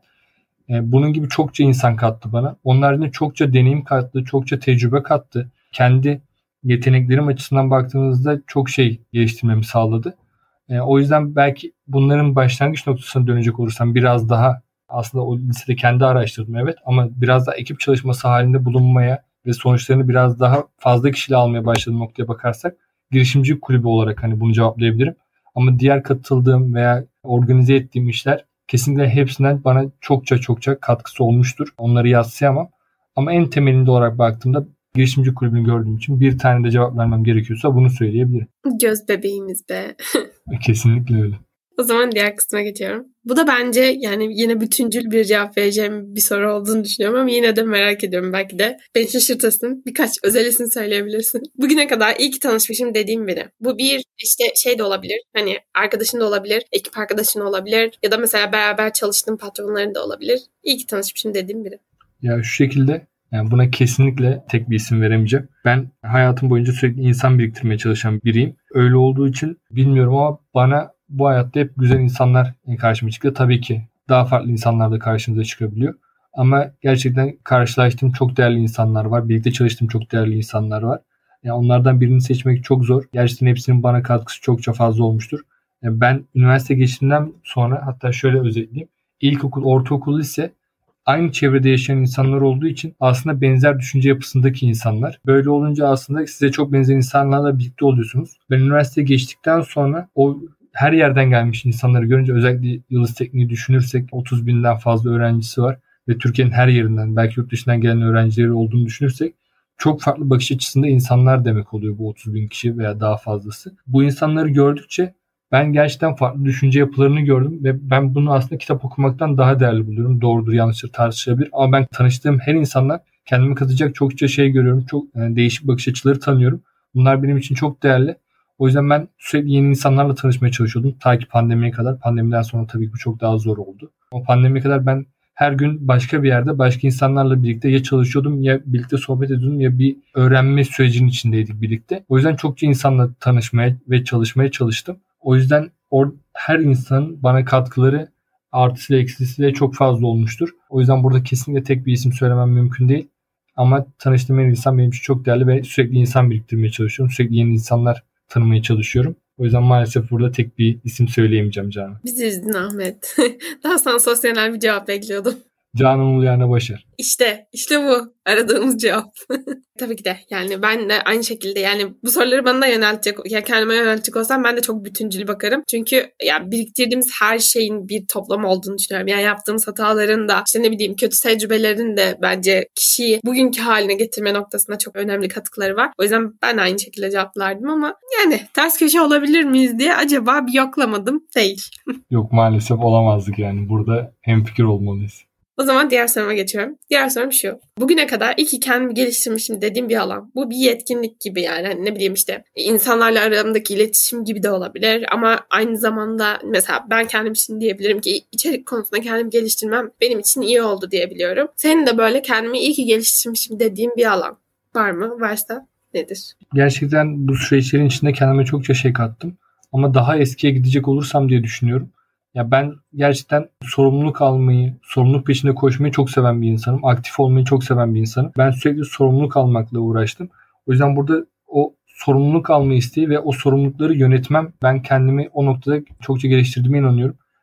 Bunun gibi çokça insan kattı bana. Onlar da çokça deneyim kattı, çokça tecrübe kattı. Kendi yeteneklerim açısından baktığınızda çok şey geliştirmemi sağladı. O yüzden belki bunların başlangıç noktasına dönecek olursam biraz daha, aslında o lisede kendi araştırdım evet, ama biraz daha ekip çalışması halinde bulunmaya ve sonuçlarını biraz daha fazla kişiyle almaya başladığım noktaya bakarsak girişimcilik kulübü olarak hani bunu cevaplayabilirim. Ama diğer katıldığım veya organize ettiğim işler kesinlikle hepsinden bana çokça katkısı olmuştur. Onları yadsıyamam. Ama en temelinde olarak baktığımda girişimci kulübünü gördüğüm için bir tane de cevap vermem gerekiyorsa bunu söyleyebilirim. Göz bebeğimiz be. Kesinlikle öyle. O zaman diğer kısma geçiyorum. Bu da bence yani yine bütüncül bir cevap vereceğim bir soru olduğunu düşünüyorum ama yine de merak ediyorum. Belki de beni şaşırtırsın. Birkaç özel isim söyleyebilirsin. Bugüne kadar iyi ki tanışmışım dediğim biri. Bu bir işte şey de olabilir. Hani arkadaşın da olabilir, ekip arkadaşın olabilir ya da mesela beraber çalıştığın patronların da olabilir. İyi ki tanışmışım dediğim biri. Ya şu şekilde, yani buna kesinlikle tek bir isim veremeyeceğim. Ben hayatım boyunca sürekli insan biriktirmeye çalışan biriyim. Öyle olduğu için bilmiyorum ama bana bu hayatta hep güzel insanlar karşıma çıkıyor. Tabii ki daha farklı insanlar da karşınıza çıkabiliyor. Ama gerçekten karşılaştığım çok değerli insanlar var. Birlikte çalıştığım çok değerli insanlar var. Yani onlardan birini seçmek çok zor. Gerçekten hepsinin bana katkısı çokça fazla olmuştur. Yani ben üniversite geçtiğimden sonra, hatta şöyle özetleyeyim. İlkokul, ortaokul, lise aynı çevrede yaşayan insanlar olduğu için aslında benzer düşünce yapısındaki insanlar. Böyle olunca aslında size çok benzer insanlarla birlikte oluyorsunuz. Ben üniversiteye geçtikten sonra o her yerden gelmiş insanları görünce, özellikle Yıldız Tekniği düşünürsek 30 binden fazla öğrencisi var ve Türkiye'nin her yerinden, belki yurt dışından gelen öğrencileri olduğunu düşünürsek çok farklı bakış açısında insanlar demek oluyor bu 30 bin kişi veya daha fazlası. Bu insanları gördükçe ben gerçekten farklı düşünce yapılarını gördüm ve ben bunu aslında kitap okumaktan daha değerli buluyorum. Doğrudur, yanlıştır tartışılabilir ama ben tanıştığım her insandan kendime katacak çokça şey görüyorum. Çok değişik bakış açıları tanıyorum. Bunlar benim için çok değerli. O yüzden ben sürekli yeni insanlarla tanışmaya çalışıyordum. Ta ki pandemiye kadar. Pandemiden sonra tabii ki bu çok daha zor oldu. O pandemiye kadar ben her gün başka bir yerde başka insanlarla birlikte ya çalışıyordum ya birlikte sohbet ediyordum ya bir öğrenme sürecinin içindeydik birlikte. O yüzden çokça insanla tanışmaya ve çalışmaya çalıştım. O yüzden her insanın bana katkıları artısıyla eksisiyle çok fazla olmuştur. O yüzden burada kesinlikle tek bir isim söylemem mümkün değil. Ama tanıştığım her insan benim için çok değerli ve sürekli insan biriktirmeye çalışıyorum. Sürekli yeni insanlar tanımaya çalışıyorum. O yüzden maalesef burada tek bir isim söyleyemeyeceğim Canan. Bizi üzdün Ahmet. Daha sansasyonel bir cevap bekliyordum. Canan Uluyan'a başar. İşte bu aradığımız cevap. Tabii ki de yani ben de aynı şekilde, yani bu soruları bana da yöneltecek, ya kendime yöneltecek olsam ben de çok bütüncül bakarım. Çünkü ya biriktirdiğimiz her şeyin bir toplam olduğunu düşünüyorum. Yani yaptığımız hataların da işte ne bileyim kötü tecrübelerin de bence kişiyi bugünkü haline getirme noktasında çok önemli katkıları var. O yüzden ben aynı şekilde cevaplardım ama yani ters köşe olabilir miyiz diye acaba bir yoklamadım, değil. Yok, maalesef olamazdık yani. Burada hemfikir olmalıyız. O zaman diğer soruma geçiyorum. Diğer sorum şu. Bugüne kadar iyi ki kendimi geliştirmişim dediğim bir alan. Bu bir yetkinlik gibi yani. Hani ne bileyim işte insanlarla aramdaki iletişim gibi de olabilir. Ama aynı zamanda mesela ben kendim için diyebilirim ki içerik konusunda kendimi geliştirmem benim için iyi oldu diyebiliyorum. Senin de böyle kendimi iyi ki geliştirmişim dediğin bir alan var mı? Varsa nedir? Gerçekten bu süreçlerin içinde kendime çokça şey kattım. Ama daha eskiye gidecek olursam diye düşünüyorum. Ya ben gerçekten sorumluluk almayı, sorumluluk peşinde koşmayı çok seven bir insanım. Aktif olmayı çok seven bir insanım. Ben sürekli sorumluluk almakla uğraştım. O yüzden burada o sorumluluk alma isteği ve o sorumlulukları yönetmem, ben kendimi o noktada çokça geliştirdiğime inanıyorum.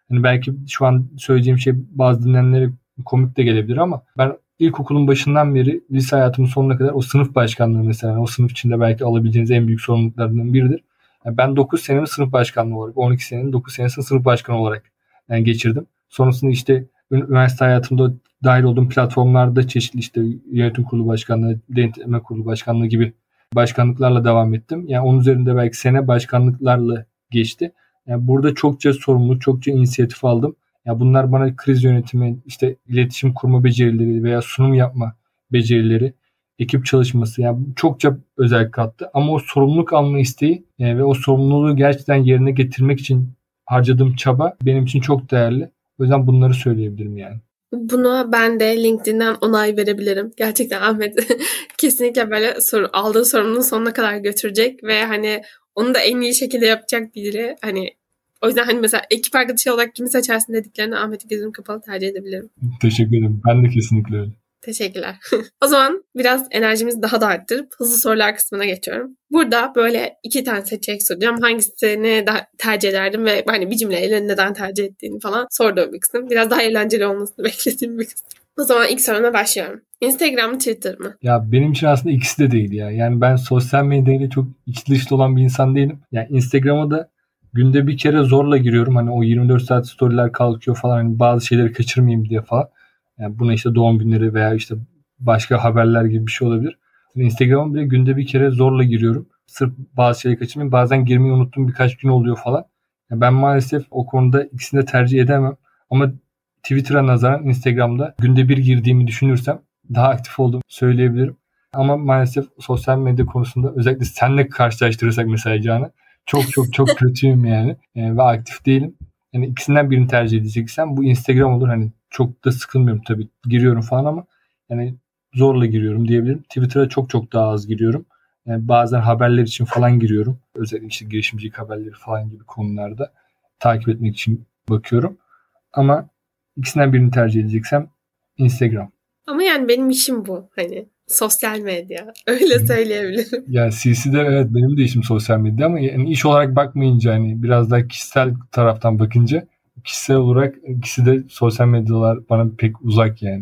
Hani belki şu an söyleyeceğim şey bazı dinleyenlere komik de gelebilir ama ben ilkokulun başından beri lise hayatımın sonuna kadar o sınıf başkanlığı mesela o sınıf içinde belki alabileceğiniz en büyük sorumluluklardan biridir. Yani ben 9 senemi sınıf başkanlığı olarak 12 senenin 9 senesini sınıf başkanı olarak yani geçirdim. Sonrasında işte üniversite hayatımda dahil olduğum platformlarda çeşitli işte yönetim kurulu başkanlığı, denetleme kurulu başkanlığı gibi başkanlıklarla devam ettim. Yani onun üzerinde belki sene başkanlıklarla geçti. Yani burada çokça sorumluluk, çokça inisiyatif aldım. Ya bunlar bana kriz yönetimi, işte iletişim kurma becerileri veya sunum yapma becerileri, ekip çalışması yani çokça özellik kattı. Ama o sorumluluk alma isteği ve o sorumluluğu gerçekten yerine getirmek için harcadığım çaba benim için çok değerli. O yüzden bunları söyleyebilirim yani. Buna ben de LinkedIn'den onay verebilirim. Gerçekten Ahmet kesinlikle böyle aldığı sorumluluğun sonuna kadar götürecek ve hani onu da en iyi şekilde yapacak biri. Hani o yüzden hani mesela ekip arkadaşı olarak kimi seçersin dediklerini Ahmet'i gözüm kapalı tercih edebilirim. Teşekkür ederim. Ben de kesinlikle öyle. Teşekkürler. O zaman biraz enerjimizi daha da arttırıp hızlı sorular kısmına geçiyorum. Burada böyle 2 tane seçenek soracağım. Hangisini tercih ederdim ve hani bir cümleyle neden tercih ettiğini falan sorduğum bir kısım. Biraz daha eğlenceli olmasını beklediğim bir kısım. O zaman ilk soruna başlıyorum. Instagram mı Twitter mı? Ya benim için aslında ikisi de değil ya. Yani ben sosyal medyayla çok içli dışlı olan bir insan değilim. Yani Instagram'a da günde bir kere zorla giriyorum. Hani o 24 saat storyler kalkıyor falan. Hani bazı şeyleri kaçırmayayım diye falan. Yani buna işte doğum günleri veya işte başka haberler gibi bir şey olabilir. Yani Instagram'a bile günde bir kere zorla giriyorum. Sırf bazı şeyleri kaçırmayayım. Bazen girmeyi unuttum birkaç gün oluyor falan. Yani ben maalesef o konuda ikisini de tercih edemem. Ama Twitter'a nazaran Instagram'da günde bir girdiğimi düşünürsem daha aktif olduğumu söyleyebilirim. Ama maalesef sosyal medya konusunda özellikle seninle karşılaştırırsak mesela Can'ı çok çok çok kötüyüm yani. Ve aktif değilim. Yani ikisinden birini tercih edeceksem bu Instagram olur. Hani çok da sıkılmıyorum tabii. Giriyorum falan ama yani zorla giriyorum diyebilirim. Twitter'a çok çok daha az giriyorum. Yani bazen haberler için falan giriyorum. Özellikle işte girişimcilik haberleri falan gibi konularda takip etmek için bakıyorum. Ama ikisinden birini tercih edeceksem Instagram. Ama yani benim işim bu. Hani sosyal medya. Öyle söyleyebilirim. Yani CC'de evet benim de işim sosyal medya ama yani iş olarak bakmayınca hani biraz daha kişisel taraftan bakınca kişisel olarak ikisi de sosyal medyalar bana pek uzak yani.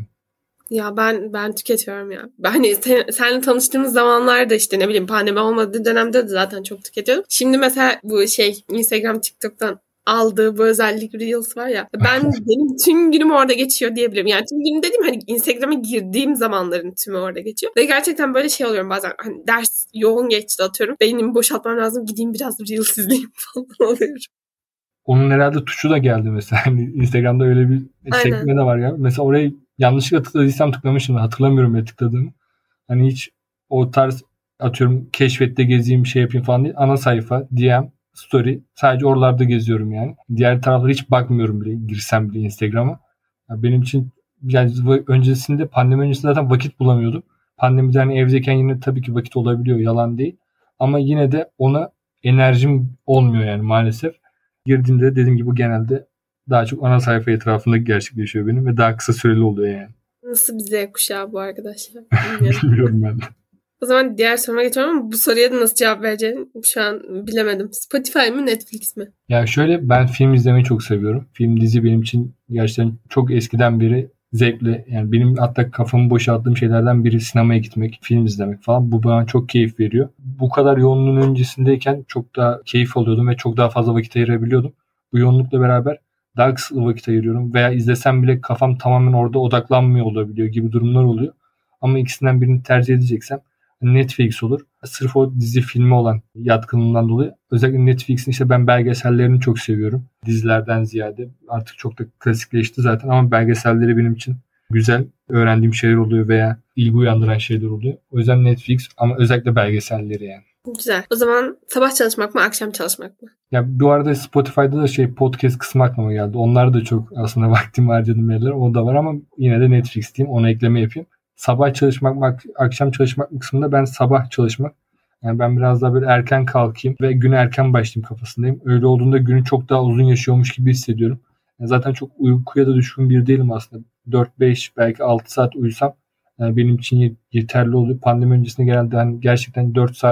Ya ben tüketiyorum ya. Hani seninle tanıştığımız zamanlarda işte ne bileyim pandemi olmadığı dönemde de zaten çok tüketiyordum. Şimdi mesela bu Instagram, TikTok'tan aldığı bu özellik Reels var ya. Benim tüm günüm orada geçiyor diyebilirim. Yani tüm günüm dediğim hani Instagram'a girdiğim zamanların tümü orada geçiyor. Ve gerçekten böyle oluyorum bazen. Hani ders yoğun geçti atıyorum. Beynimi boşaltmam lazım. Gideyim biraz Reels izleyeyim falan oluyorum. Onun herhalde tuşu da geldi mesela. Hani Instagram'da öyle bir sekme de var ya. Mesela orayı yanlışlıkla tıkladıysam tıklamışım. Hatırlamıyorum ya tıkladığımı. Hani hiç o tarz atıyorum keşfette gezeyim şey yapayım falan değil. Ana sayfa, DM, story. Sadece oralarda geziyorum yani. Diğer taraflara hiç bakmıyorum bile. Girsem bile Instagram'a. Yani benim için yani öncesinde pandemi öncesinde zaten vakit bulamıyordum. Pandemide hani evdeyken yine tabii ki vakit olabiliyor. Yalan değil. Ama yine de ona enerjim olmuyor yani maalesef. Girdiğimde dediğim gibi genelde daha çok ana sayfa etrafında gerçekleşiyor benim ve daha kısa süreli oluyor yani. Nasıl bir Z kuşağı bu arkadaşlar? Bilmiyorum ben de. O zaman diğer soruma geçiyorum ama bu soruya da nasıl cevap vereceğim şu an bilemedim. Spotify mı Netflix mi? Ya şöyle ben film izlemeyi çok seviyorum. Film dizi benim için gerçekten çok eskiden beri zevkli. Yani benim hatta kafamı boşalttığım şeylerden biri sinemaya gitmek, film izlemek falan. Bu bana çok keyif veriyor. Bu kadar yoğunluğun öncesindeyken çok daha keyif alıyordum ve çok daha fazla vakit ayırabiliyordum. Bu yoğunlukla beraber daha kısıtlı vakit ayırıyorum veya izlesem bile kafam tamamen orada odaklanmıyor olabiliyor gibi durumlar oluyor. Ama ikisinden birini tercih edeceksem Netflix olur. Sırf o dizi filmi olan yatkınlığımdan dolayı özellikle Netflix'in işte ben belgesellerini çok seviyorum. Dizilerden ziyade artık çok da klasikleşti zaten ama belgeselleri benim için güzel öğrendiğim şeyler oluyor veya ilgi uyandıran şeyler oluyor. O yüzden Netflix ama özellikle belgeselleri yani. Güzel. O zaman sabah çalışmak mı akşam çalışmak mı? Ya bu arada Spotify'da da podcast kısmı aklıma geldi. Onlar da çok aslında vaktimi harcadığım yerler. O da var ama yine de Netflix diyeyim. Ona ekleme yapayım. Sabah çalışmak mı akşam çalışmak mı kısmında ben sabah çalışmak. Yani ben biraz daha böyle erken kalkayım ve güne erken başlayayım kafasındayım. Öyle olduğunda günü çok daha uzun yaşıyormuş gibi hissediyorum. Yani zaten çok uykuya da düşkün bir değilim aslında. 4-5 belki 6 saat uyusam yani benim için yeterli oluyor. Pandemi öncesinde genelde hani gerçekten 4 saat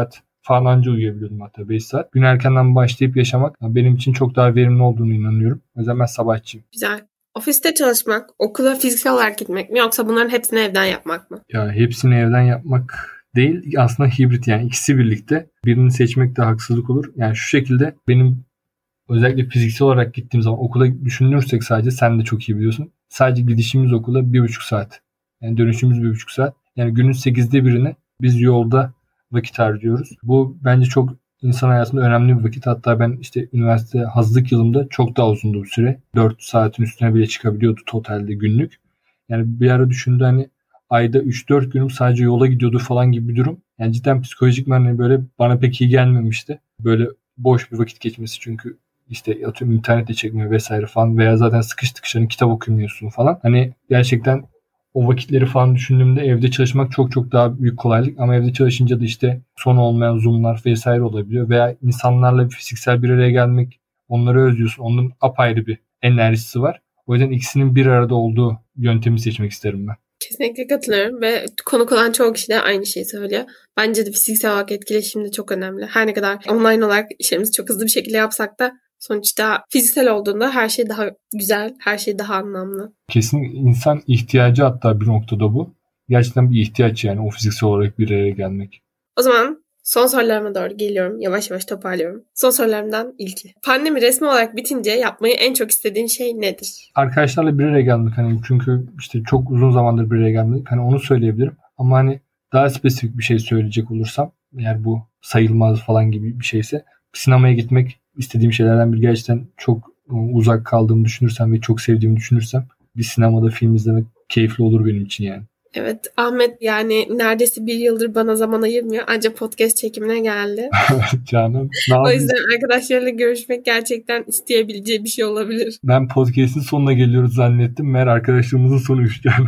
falan anca uyuyabiliyordum, hatta 5 saat. Gün erkenden başlayıp yaşamak benim için çok daha verimli olduğunu inanıyorum. O yüzden ben sabahçıyım. Güzel. Ofiste çalışmak, okula fiziksel olarak gitmek mi yoksa bunların hepsini evden yapmak mı? Ya hepsini evden yapmak değil, aslında hibrit, yani ikisi birlikte. Birini seçmek de haksızlık olur. Yani şu şekilde, benim özellikle fiziksel olarak gittiğim zaman okula düşünürsek, sadece sen de çok iyi biliyorsun. Sadece gidişimiz okula 1,5 saat. Yani dönüşümüz 1,5 saat. Yani günün 8'de birini biz yolda vakit harcıyoruz. Bu bence çok insan hayatında önemli bir vakit. Hatta ben işte üniversite hazırlık yılımda çok daha uzundu bu süre. 4 saatin üstüne bile çıkabiliyordu totalde günlük. Yani bir ara düşündü, hani ayda 3-4 günüm sadece yola gidiyordu falan gibi bir durum. Yani cidden psikolojik böyle bana pek iyi gelmemişti. Böyle boş bir vakit geçmesi, çünkü işte atıyorum internette çekme vesaire falan, veya zaten sıkıştıkça kitap okumuyorsun falan. Hani gerçekten o vakitleri falan düşündüğümde evde çalışmak çok çok daha büyük kolaylık, ama evde çalışınca da işte sonu olmayan Zoom'lar vesaire olabiliyor, veya insanlarla fiziksel bir araya gelmek, onları özlüyorsun. Onun apayrı bir enerjisi var. O yüzden ikisinin bir arada olduğu yöntemi seçmek isterim ben. Kesinlikle katılıyorum ve konuk olan çoğu kişi de aynı şeyi söylüyor. Bence de fiziksel olarak etkileşim de çok önemli. Her ne kadar online olarak işlerimizi çok hızlı bir şekilde yapsak da sonuçta fiziksel olduğunda her şey daha güzel, her şey daha anlamlı. Kesin insan ihtiyacı, hatta bir noktada bu. Gerçekten bir ihtiyaç, yani o fiziksel olarak bir araya gelmek. O zaman son sorularıma doğru geliyorum. Yavaş yavaş toparlıyorum. Son sorularımdan ilki. Pandemi resmi olarak bitince yapmayı en çok istediğin şey nedir? Arkadaşlarla bir araya gelmek, hani çünkü işte çok uzun zamandır bir araya gelmedik. Hani onu söyleyebilirim. Ama hani daha spesifik bir şey söyleyecek olursam, eğer bu sayılmaz falan gibi bir şeyse, sinemaya gitmek istediğim şeylerden biri. Gerçekten çok uzak kaldığımı düşünürsem ve çok sevdiğimi düşünürsem, bir sinemada film izlemek keyifli olur benim için yani. Evet, Ahmet yani neredeyse 1 yıldır bana zaman ayırmıyor. Ancak podcast çekimine geldi. Canım. O yüzden arkadaşlarıyla görüşmek gerçekten isteyebileceği bir şey olabilir. Ben podcast'in sonuna geliyoruz zannettim. Meğer arkadaşlığımızın sonuymuş canım.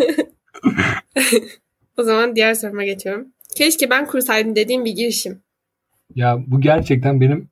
O zaman diğer soruma geçiyorum. Keşke ben kursaydım dediğim bir girişim. Ya bu gerçekten benim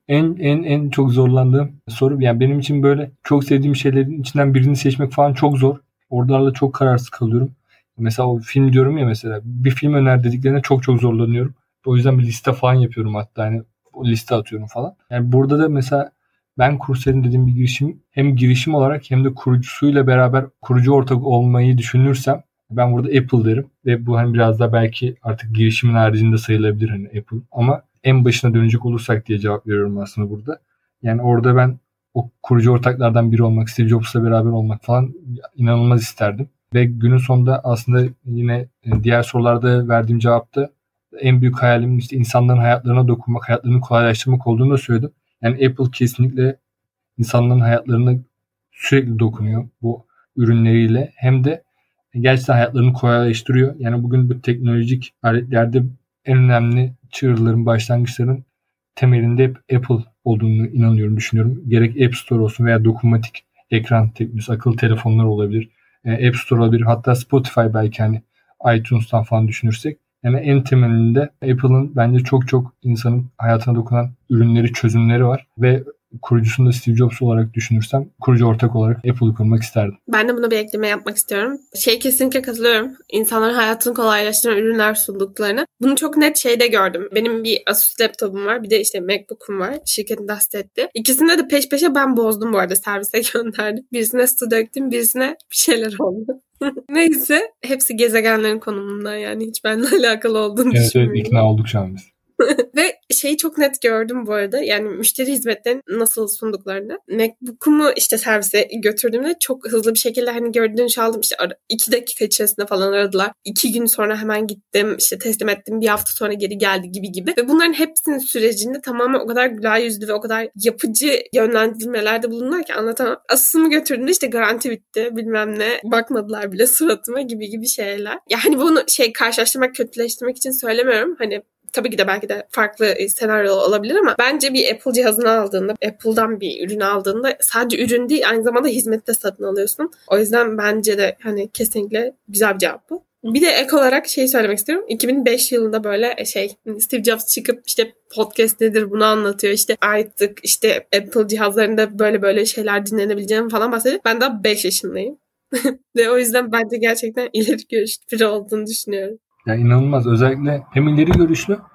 en çok zorlandığım soru. Yani benim için böyle çok sevdiğim şeylerin içinden birini seçmek falan çok zor. Oralarla çok kararsız kalıyorum. Mesela o film diyorum ya, mesela bir film öner dediklerine çok çok zorlanıyorum. O yüzden bir liste falan yapıyorum, hatta hani o liste atıyorum falan. Yani burada da mesela ben kursaydım dediğim bir girişim, hem girişim olarak hem de kurucusuyla beraber kurucu ortak olmayı düşünürsem, ben burada Apple derim. Ve bu hani biraz da belki artık girişimin haricinde sayılabilir hani Apple. Ama en başına dönecek olursak diye cevap veriyorum aslında burada. Yani orada ben o kurucu ortaklardan biri olmak, Steve Jobs'la beraber olmak falan inanılmaz isterdim. Ve günün sonunda aslında yine diğer sorularda verdiğim cevapta en büyük hayalim işte insanların hayatlarına dokunmak, hayatlarını kolaylaştırmak olduğunu da söyledim. Yani Apple kesinlikle insanların hayatlarına sürekli dokunuyor bu ürünleriyle. Hem de gerçekten hayatlarını kolaylaştırıyor. Yani bugün bu teknolojik aletlerde en önemli çığırların, başlangıçların temelinde hep Apple olduğunu inanıyorum, düşünüyorum. Gerek App Store olsun veya dokunmatik ekran teknolojisi, akıllı telefonlar olabilir. App Store olabilir. Hatta Spotify, belki hani iTunes'tan falan düşünürsek. Yani en temelinde Apple'ın bence çok çok insanın hayatına dokunan ürünleri, çözümleri var. Ve kurucusunu da Steve Jobs olarak düşünürsem, kurucu ortak olarak Apple'ı kurmak isterdim. Ben de buna bir ekleme yapmak istiyorum. Kesinlikle katılıyorum. İnsanların hayatını kolaylaştıran ürünler sunduklarını. Bunu çok net şeyde gördüm. Benim bir Asus laptopum var. Bir de işte MacBook'um var. Şirketin destekledi. İkisinde de peş peşe ben bozdum bu arada. Servise gönderdim. Birisine su döktüm. Birisine bir şeyler oldu. Neyse. Hepsi gezegenlerin konumundan, yani hiç benimle alakalı olduğunu düşünmüyorum. Evet, ikna olduk şu an biz. Ve şeyi çok net gördüm bu arada. Yani müşteri hizmetlerini nasıl sunduklarını. MacBook'umu işte servise götürdüğümde çok hızlı bir şekilde hani geri dönüş aldım. İşte 2 dakika içerisinde falan aradılar. 2 gün sonra hemen gittim. İşte teslim ettim. Bir hafta sonra geri geldi gibi. Ve bunların hepsinin sürecinde tamamen o kadar güler yüzlü ve o kadar yapıcı yönlendirmelerde bulundular ki anlatamam. Asus'umu götürdüğümde işte garanti bitti. Bilmem ne. Bakmadılar bile suratıma gibi şeyler. Yani bunu karşılaştırmak, kötüleştirmek için söylemiyorum. Hani tabii ki de belki de farklı senaryo olabilir ama bence bir Apple cihazını aldığında, Apple'dan bir ürün aldığında sadece ürün değil, aynı zamanda hizmet de satın alıyorsun. O yüzden bence de hani kesinlikle güzel bir cevap bu. Bir de ek olarak söylemek istiyorum. 2005 yılında böyle Steve Jobs çıkıp işte podcast nedir bunu anlatıyor. İşte artık işte Apple cihazlarında böyle şeyler dinlenebileceğini falan bahsediyor. Ben daha 5 yaşındayım. Ve o yüzden bence gerçekten ileri görüşlü biri olduğunu düşünüyorum. Yani inanılmaz. Özellikle hem ileri görüşlü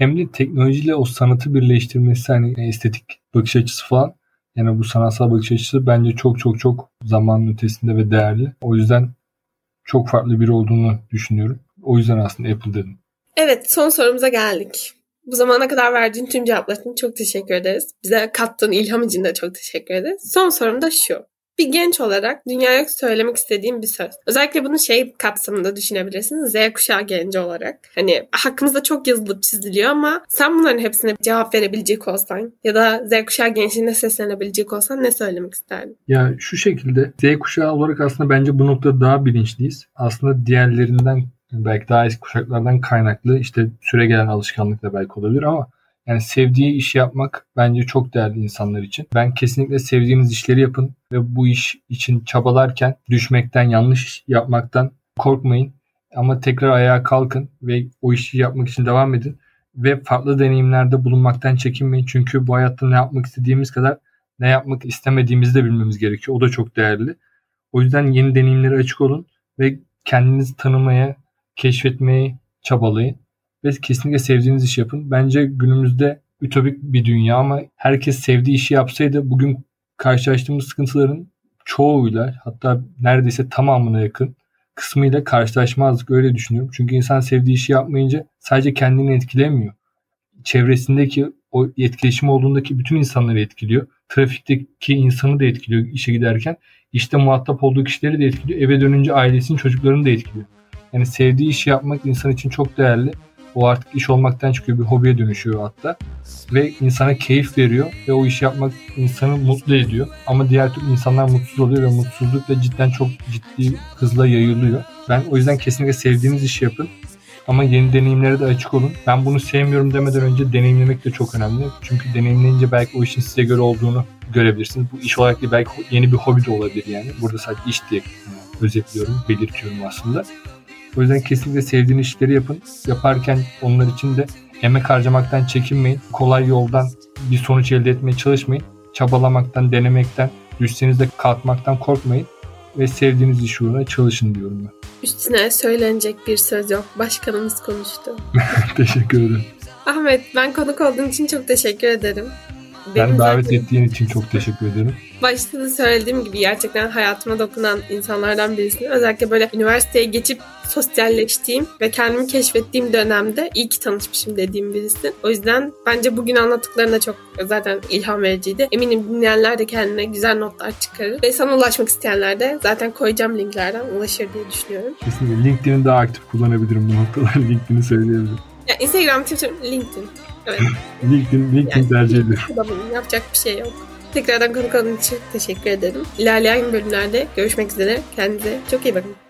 hem de teknolojiyle o sanatı birleştirmesi, hani estetik bakış açısı falan. Yani bu sanatsal bakış açısı bence çok çok çok zamanın ötesinde ve değerli. O yüzden çok farklı biri olduğunu düşünüyorum. O yüzden aslında Apple dedim. Evet, son sorumuza geldik. Bu zamana kadar verdiğin tüm cevaplar için çok teşekkür ederiz. Bize kattığın ilham için de çok teşekkür ederiz. Son sorum da şu. Bir genç olarak dünyaya söylemek istediğim bir söz. Özellikle bunu kapsamında düşünebilirsiniz. Z kuşağı genci olarak. Hani hakkımızda çok yazılıp çiziliyor ama sen bunların hepsine cevap verebilecek olsan ya da Z kuşağı gençliğine seslenebilecek olsan ne söylemek isterdin? Ya şu şekilde Z kuşağı olarak aslında bence bu noktada daha bilinçliyiz. Aslında diğerlerinden, belki daha eski kuşaklardan kaynaklı işte süregelen alışkanlıkla belki olabilir ama yani sevdiği işi yapmak bence çok değerli insanlar için. Ben kesinlikle sevdiğiniz işleri yapın ve bu iş için çabalarken düşmekten, yanlış iş yapmaktan korkmayın. Ama tekrar ayağa kalkın ve o işi yapmak için devam edin. Ve farklı deneyimlerde bulunmaktan çekinmeyin. Çünkü bu hayatta ne yapmak istediğimiz kadar ne yapmak istemediğimizi de bilmemiz gerekiyor. O da çok değerli. O yüzden yeni deneyimlere açık olun ve kendinizi tanımaya, keşfetmeye çabalayın. Ve kesinlikle sevdiğiniz işi yapın. Bence günümüzde ütopik bir dünya ama herkes sevdiği işi yapsaydı bugün karşılaştığımız sıkıntıların çoğuyla, hatta neredeyse tamamına yakın kısmıyla karşılaşmazdık, öyle düşünüyorum. Çünkü insan sevdiği işi yapmayınca sadece kendini etkilemiyor. Çevresindeki o etkileşim olduğundaki bütün insanları etkiliyor. Trafikteki insanı da etkiliyor işe giderken. İşte muhatap olduğu kişileri de etkiliyor. Eve dönünce ailesinin, çocuklarını da etkiliyor. Yani sevdiği işi yapmak insan için çok değerli. O artık iş olmaktan çıkıyor, bir hobiye dönüşüyor hatta. Ve insana keyif veriyor ve o işi yapmak insanı mutlu ediyor. Ama diğer türlü insanlar mutsuz oluyor ve mutsuzluk da cidden çok ciddi hızla yayılıyor. Ben o yüzden kesinlikle sevdiğiniz işi yapın. Ama yeni deneyimlere de açık olun. Ben bunu sevmiyorum demeden önce deneyimlemek de çok önemli. Çünkü deneyimleyince belki o işin size göre olduğunu görebilirsiniz. Bu iş olarak değil, belki yeni bir hobi de olabilir yani. Burada sadece iş diye özetliyorum, belirtiyorum aslında. O yüzden kesinlikle sevdiğiniz işleri yapın. Yaparken onlar için de emek harcamaktan çekinmeyin. Kolay yoldan bir sonuç elde etmeye çalışmayın. Çabalamaktan, denemekten, düşseniz de kalkmaktan korkmayın. Ve sevdiğiniz iş uğruna çalışın diyorum ben. Üstüne söylenecek bir söz yok. Başkanımız konuştu. Teşekkür ederim. Ahmet, ben konuk olduğun için çok teşekkür ederim. Ben davet ettiğin için çok teşekkür ederim. Başta da söylediğim gibi gerçekten hayatıma dokunan insanlardan birisin. Özellikle böyle üniversiteye geçip sosyalleştiğim ve kendimi keşfettiğim dönemde iyi ki tanışmışım dediğim birisin. O yüzden bence bugün anlattıkların da çok zaten ilham vericiydi. Eminim dinleyenler de kendine güzel notlar çıkarır. Ve sana ulaşmak isteyenler de zaten koyacağım linklerden ulaşır diye düşünüyorum. Kesinlikle LinkedIn'i daha aktif kullanabilirim bu noktalar. LinkedIn'i söyleyebilirim. Ya Instagram, Twitter, LinkedIn. Evet. LinkedIn yani, tercih ederim. Yapacak bir şey yok. Tekrardan konuk olduğun için teşekkür ederim. İlerleyen bölümlerde görüşmek üzere. Kendinize çok iyi bakın.